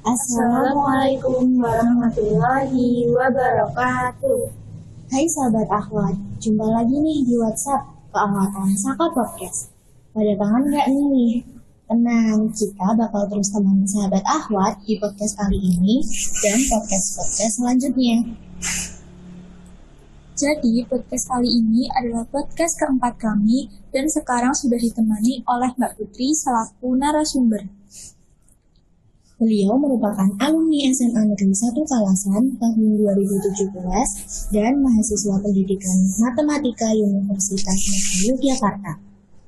Assalamualaikum warahmatullahi wabarakatuh. Hai sahabat akhwat, jumpa lagi nih di WhatsApp Keangkatan Saka Podcast. Pada tangan nggak nih? Tenang, kita bakal terus temani sahabat akhwat di podcast kali ini dan podcast-podcast selanjutnya. Jadi podcast kali ini adalah podcast keempat kami dan sekarang sudah ditemani oleh Mbak Putri selaku narasumber. Beliau merupakan alumni SMA Negeri 1 Kalasan tahun 2017 dan mahasiswa pendidikan Matematika Universitas Negeri Yogyakarta.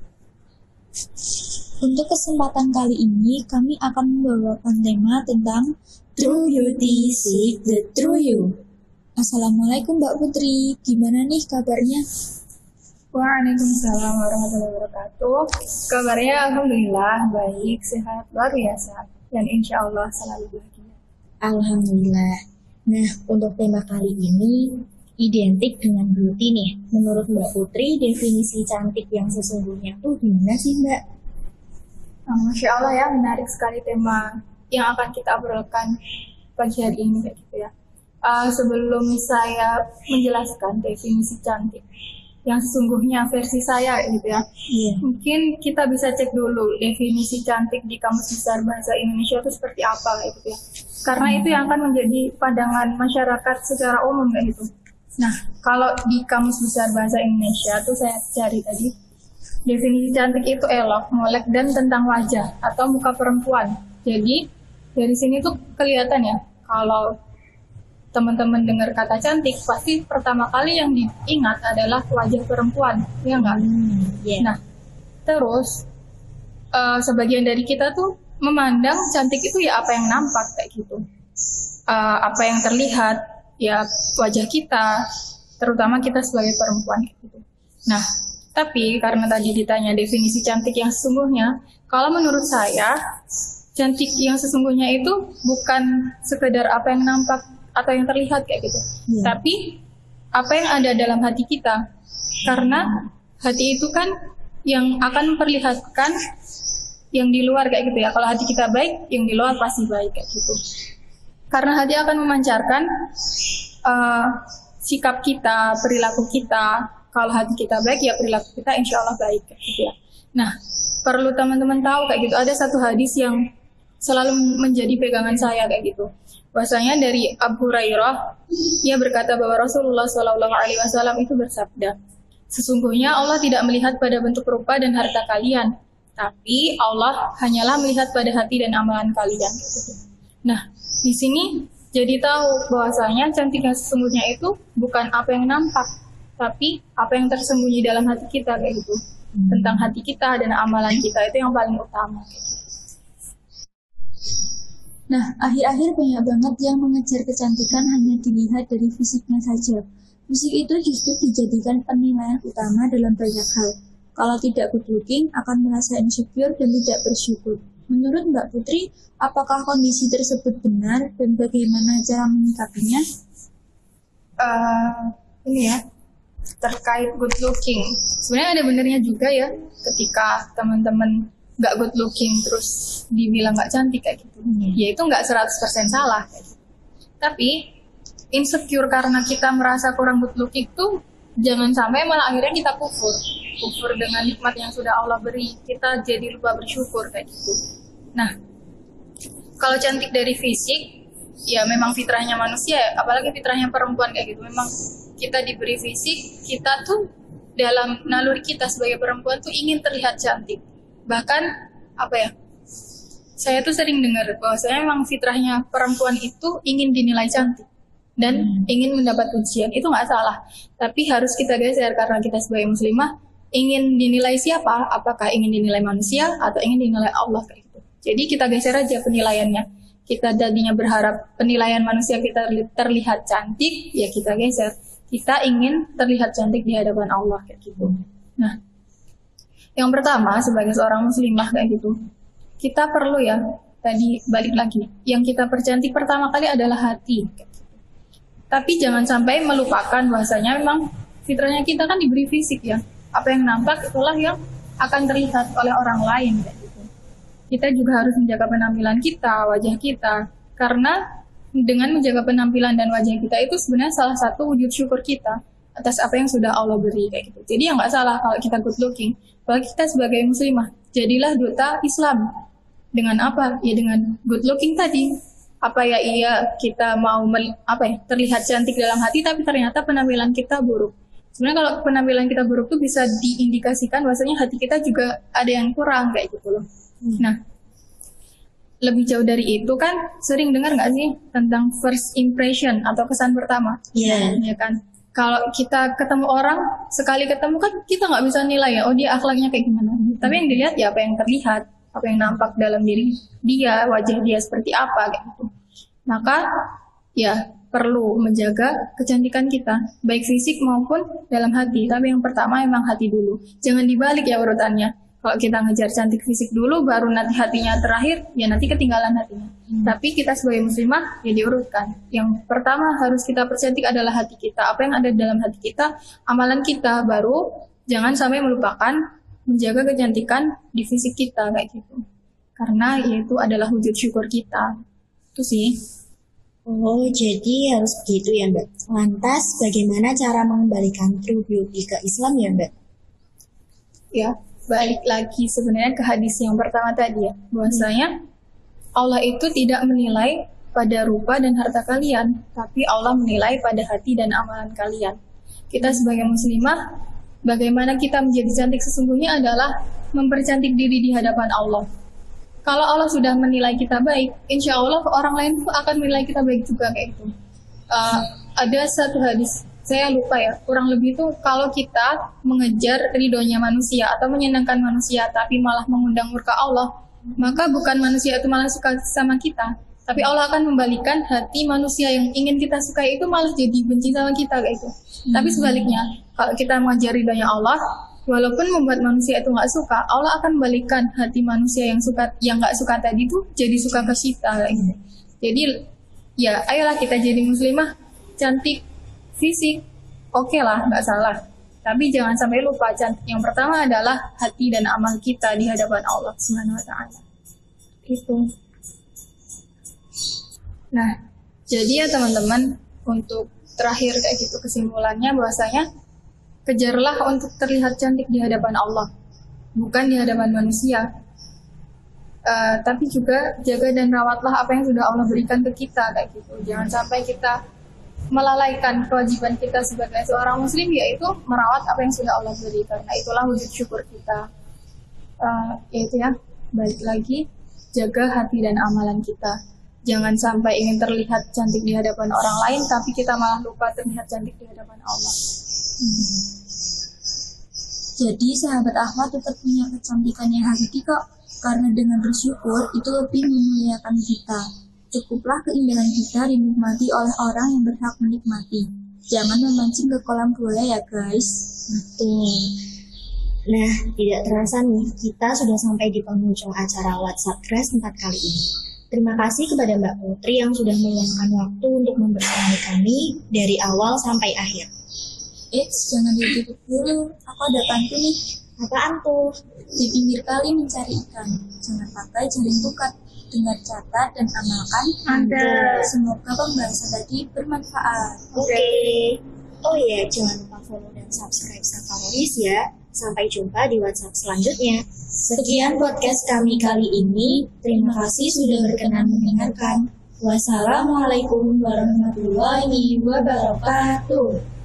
Untuk kesempatan kali ini, kami akan membawakan tema tentang True Beauty, Seek the True You. Assalamualaikum Mbak Putri, gimana nih kabarnya? Waalaikumsalam warahmatullahi wabarakatuh. Kabarnya alhamdulillah baik, sehat, luar biasa. Dan insya Allah selalu bahagia. Alhamdulillah. Nah, untuk tema kali ini identik dengan beauty nih. Menurut Mbak Putri, definisi cantik yang sesungguhnya tuh gimana sih Mbak? Masya Allah ya, menarik sekali tema yang akan kita obrolkan pagi hari ini kayak gitu ya. Sebelum saya menjelaskan definisi cantik yang sesungguhnya versi saya gitu ya. Mungkin kita bisa cek dulu definisi cantik di Kamus Besar Bahasa Indonesia itu seperti apa gitu ya. Karena itu yang akan menjadi pandangan masyarakat secara umum kayak gitu. Nah, kalau di Kamus Besar Bahasa Indonesia tuh saya cari tadi definisi cantik itu elok, molek dan tentang wajah atau muka perempuan. Jadi dari sini tuh kelihatan ya kalau teman-teman dengar kata cantik, pasti pertama kali yang diingat adalah wajah perempuan, ya enggak? Nah, terus sebagian dari kita tuh memandang cantik itu ya apa yang nampak kayak gitu, apa yang terlihat ya wajah kita, terutama kita sebagai perempuan kayak gitu. Nah, tapi karena tadi ditanya definisi cantik yang sesungguhnya, kalau menurut saya cantik yang sesungguhnya itu bukan sekedar apa yang nampak atau yang terlihat kayak gitu, tapi apa yang ada dalam hati kita, karena hati itu kan yang akan memperlihatkan yang di luar kayak gitu ya. Kalau hati kita baik, yang di luar pasti baik kayak gitu, karena hati akan memancarkan sikap kita, perilaku kita. Kalau hati kita baik, ya perilaku kita insya Allah baik kayak gitu ya. Nah, perlu teman-teman tahu kayak gitu, ada satu hadis yang selalu menjadi pegangan saya kayak gitu. Bahwasanya dari Abu Hurairah, ia berkata bahwa Rasulullah SAW itu bersabda, sesungguhnya Allah tidak melihat pada bentuk rupa dan harta kalian, tapi Allah hanyalah melihat pada hati dan amalan kalian. Nah, di sini jadi tahu bahwasanya cantik yang sesungguhnya itu bukan apa yang nampak, tapi apa yang tersembunyi dalam hati kita kayak gitu. Tentang hati kita dan amalan kita itu yang paling utama. Nah, akhir-akhir banyak banget yang mengejar kecantikan hanya dilihat dari fisiknya saja. Fisik itu justru dijadikan penilaian utama dalam banyak hal. Kalau tidak good looking, akan merasa insecure dan tidak bersyukur. Menurut Mbak Putri, apakah kondisi tersebut benar dan bagaimana cara menyikapinya? Ini ya, terkait good looking. Sebenarnya ada benernya juga ya, ketika teman-teman nggak good looking terus dibilang nggak cantik kayak gitu, ya itu nggak 100% salah kayak gitu. Tapi insecure karena kita merasa kurang good looking itu jangan sampai malah akhirnya kita kufur dengan nikmat yang sudah Allah beri, kita jadi lupa bersyukur kayak gitu. Nah, kalau cantik dari fisik ya memang fitrahnya manusia, apalagi fitrahnya perempuan kayak gitu. Memang kita diberi fisik, kita tuh dalam naluri kita sebagai perempuan tuh ingin terlihat cantik. Bahkan apa ya, saya tuh sering dengar bahwa saya memang fitrahnya perempuan itu ingin dinilai cantik dan ingin mendapat pujian. Itu nggak salah, tapi harus kita geser karena kita sebagai muslimah ingin dinilai siapa, apakah ingin dinilai manusia atau ingin dinilai Allah kayak gitu. Jadi kita geser aja penilaiannya. Kita tadinya berharap penilaian manusia kita terlihat cantik, ya kita geser, kita ingin terlihat cantik di hadapan Allah kayak gitu. Nah, yang pertama sebagai seorang muslimah kayak gitu, kita perlu ya, tadi balik lagi, yang kita percantik pertama kali adalah hati. Tapi jangan sampai melupakan bahwasanya memang fitrahnya kita kan diberi fisik ya. Apa yang nampak itulah yang akan terlihat oleh orang lain kayak gitu. Kita juga harus menjaga penampilan kita, wajah kita, Karena dengan menjaga penampilan dan wajah kita itu sebenarnya salah satu wujud syukur kita atas apa yang sudah Allah beri kayak gitu. Jadi ya nggak salah kalau kita good looking. Apalagi kita sebagai muslimah, jadilah duta Islam. Dengan apa? Ya dengan good looking tadi. Apa ya iya kita mau terlihat cantik dalam hati tapi ternyata penampilan kita buruk. Sebenarnya kalau penampilan kita buruk tuh bisa diindikasikan bahwasanya hati kita juga ada yang kurang kayak gitu loh. Nah, lebih jauh dari itu kan sering dengar nggak sih tentang first impression atau kesan pertama? Iya. Ya kan. Kalau kita ketemu orang, sekali ketemu kan kita nggak bisa nilai ya, oh dia akhlaknya kayak gimana. Tapi yang dilihat ya apa yang terlihat, apa yang nampak dalam diri dia, wajah dia seperti apa kayak gitu. Maka ya perlu menjaga kecantikan kita, baik fisik maupun dalam hati. Tapi yang pertama emang hati dulu. Jangan dibalik ya urutannya. Kalau kita ngejar cantik fisik dulu, baru nanti hatinya terakhir, ya nanti ketinggalan hatinya. Tapi kita sebagai muslimah, ya diurutkan. Yang pertama harus kita percantik adalah hati kita. Apa yang ada dalam hati kita, amalan kita, baru jangan sampai melupakan menjaga kecantikan di fisik kita, kayak gitu. Karena itu adalah wujud syukur kita. Itu sih. Oh, jadi harus begitu ya, Mbak. Lantas, bagaimana cara mengembalikan true beauty ke Islam ya, Mbak? Ya, balik lagi sebenarnya ke hadis yang pertama tadi ya, bahwasanya Allah itu tidak menilai pada rupa dan harta kalian, tapi Allah menilai pada hati dan amalan kalian. Kita sebagai muslimah, bagaimana kita menjadi cantik sesungguhnya adalah mempercantik diri di hadapan Allah. Kalau Allah sudah menilai kita baik, insya Allah orang lain pun akan menilai kita baik juga kayak itu. Ada satu hadis, saya lupa ya, kurang lebih itu kalau kita mengejar ridhonya manusia atau menyenangkan manusia tapi malah mengundang murka Allah, maka bukan manusia itu malah suka sama kita, tapi Allah akan membalikan hati manusia yang ingin kita sukai itu malah jadi benci sama kita kayak itu. Tapi sebaliknya, kalau kita mengejar ridhonya Allah, walaupun membuat manusia itu nggak suka, Allah akan membalikan hati manusia yang nggak suka tadi itu jadi suka ke kita kayak gitu. Jadi ya ayolah kita jadi muslimah cantik fisik, oke lah, nggak salah. Tapi jangan sampai lupa cantik yang pertama adalah hati dan amal kita di hadapan Allah Subhanahu wa Ta'ala. Itu. Nah, jadi ya teman-teman, untuk terakhir kayak gitu kesimpulannya bahwasanya kejarlah untuk terlihat cantik di hadapan Allah, bukan di hadapan manusia. Tapi juga jaga dan rawatlah apa yang sudah Allah berikan ke kita kayak gitu. Jangan sampai kita melalaikan kewajiban kita sebagai seorang muslim, yaitu merawat apa yang sudah Allah beri, karena itulah wujud syukur kita. Yaitu ya, balik lagi, jaga hati dan amalan kita. Jangan sampai ingin terlihat cantik di hadapan orang lain, tapi kita malah lupa terlihat cantik di hadapan Allah. Jadi sahabat akhwat tetap punya kecantikan yang hakiki kok, karena dengan bersyukur itu lebih memuliakan kita. Cukuplah keindahan kita dinikmati oleh orang yang berhak menikmati. Jangan memancing ke kolam buaya ya guys. Betul. Nah, tidak terasa nih, kita sudah sampai di penghujung acara WhatsApp Grass 4 kali ini. Terima kasih kepada Mbak Putri yang sudah meluangkan waktu untuk membersamai kami dari awal sampai akhir. Jangan ditutup dulu, aku ada pantun nih. Apaan tuh? Di pinggir kali mencari ikan, jangan pakai jaring pukat. Dengar, catat, dan amalkan. Semoga pembahasan tadi bermanfaat. Oke. Oh ya, jangan lupa follow dan subscribe Safaroris ya. Sampai jumpa di WhatsApp selanjutnya. Sekian podcast kami kali ini. Terima kasih sudah berkenan mendengarkan. Wassalamualaikum warahmatullahi wabarakatuh.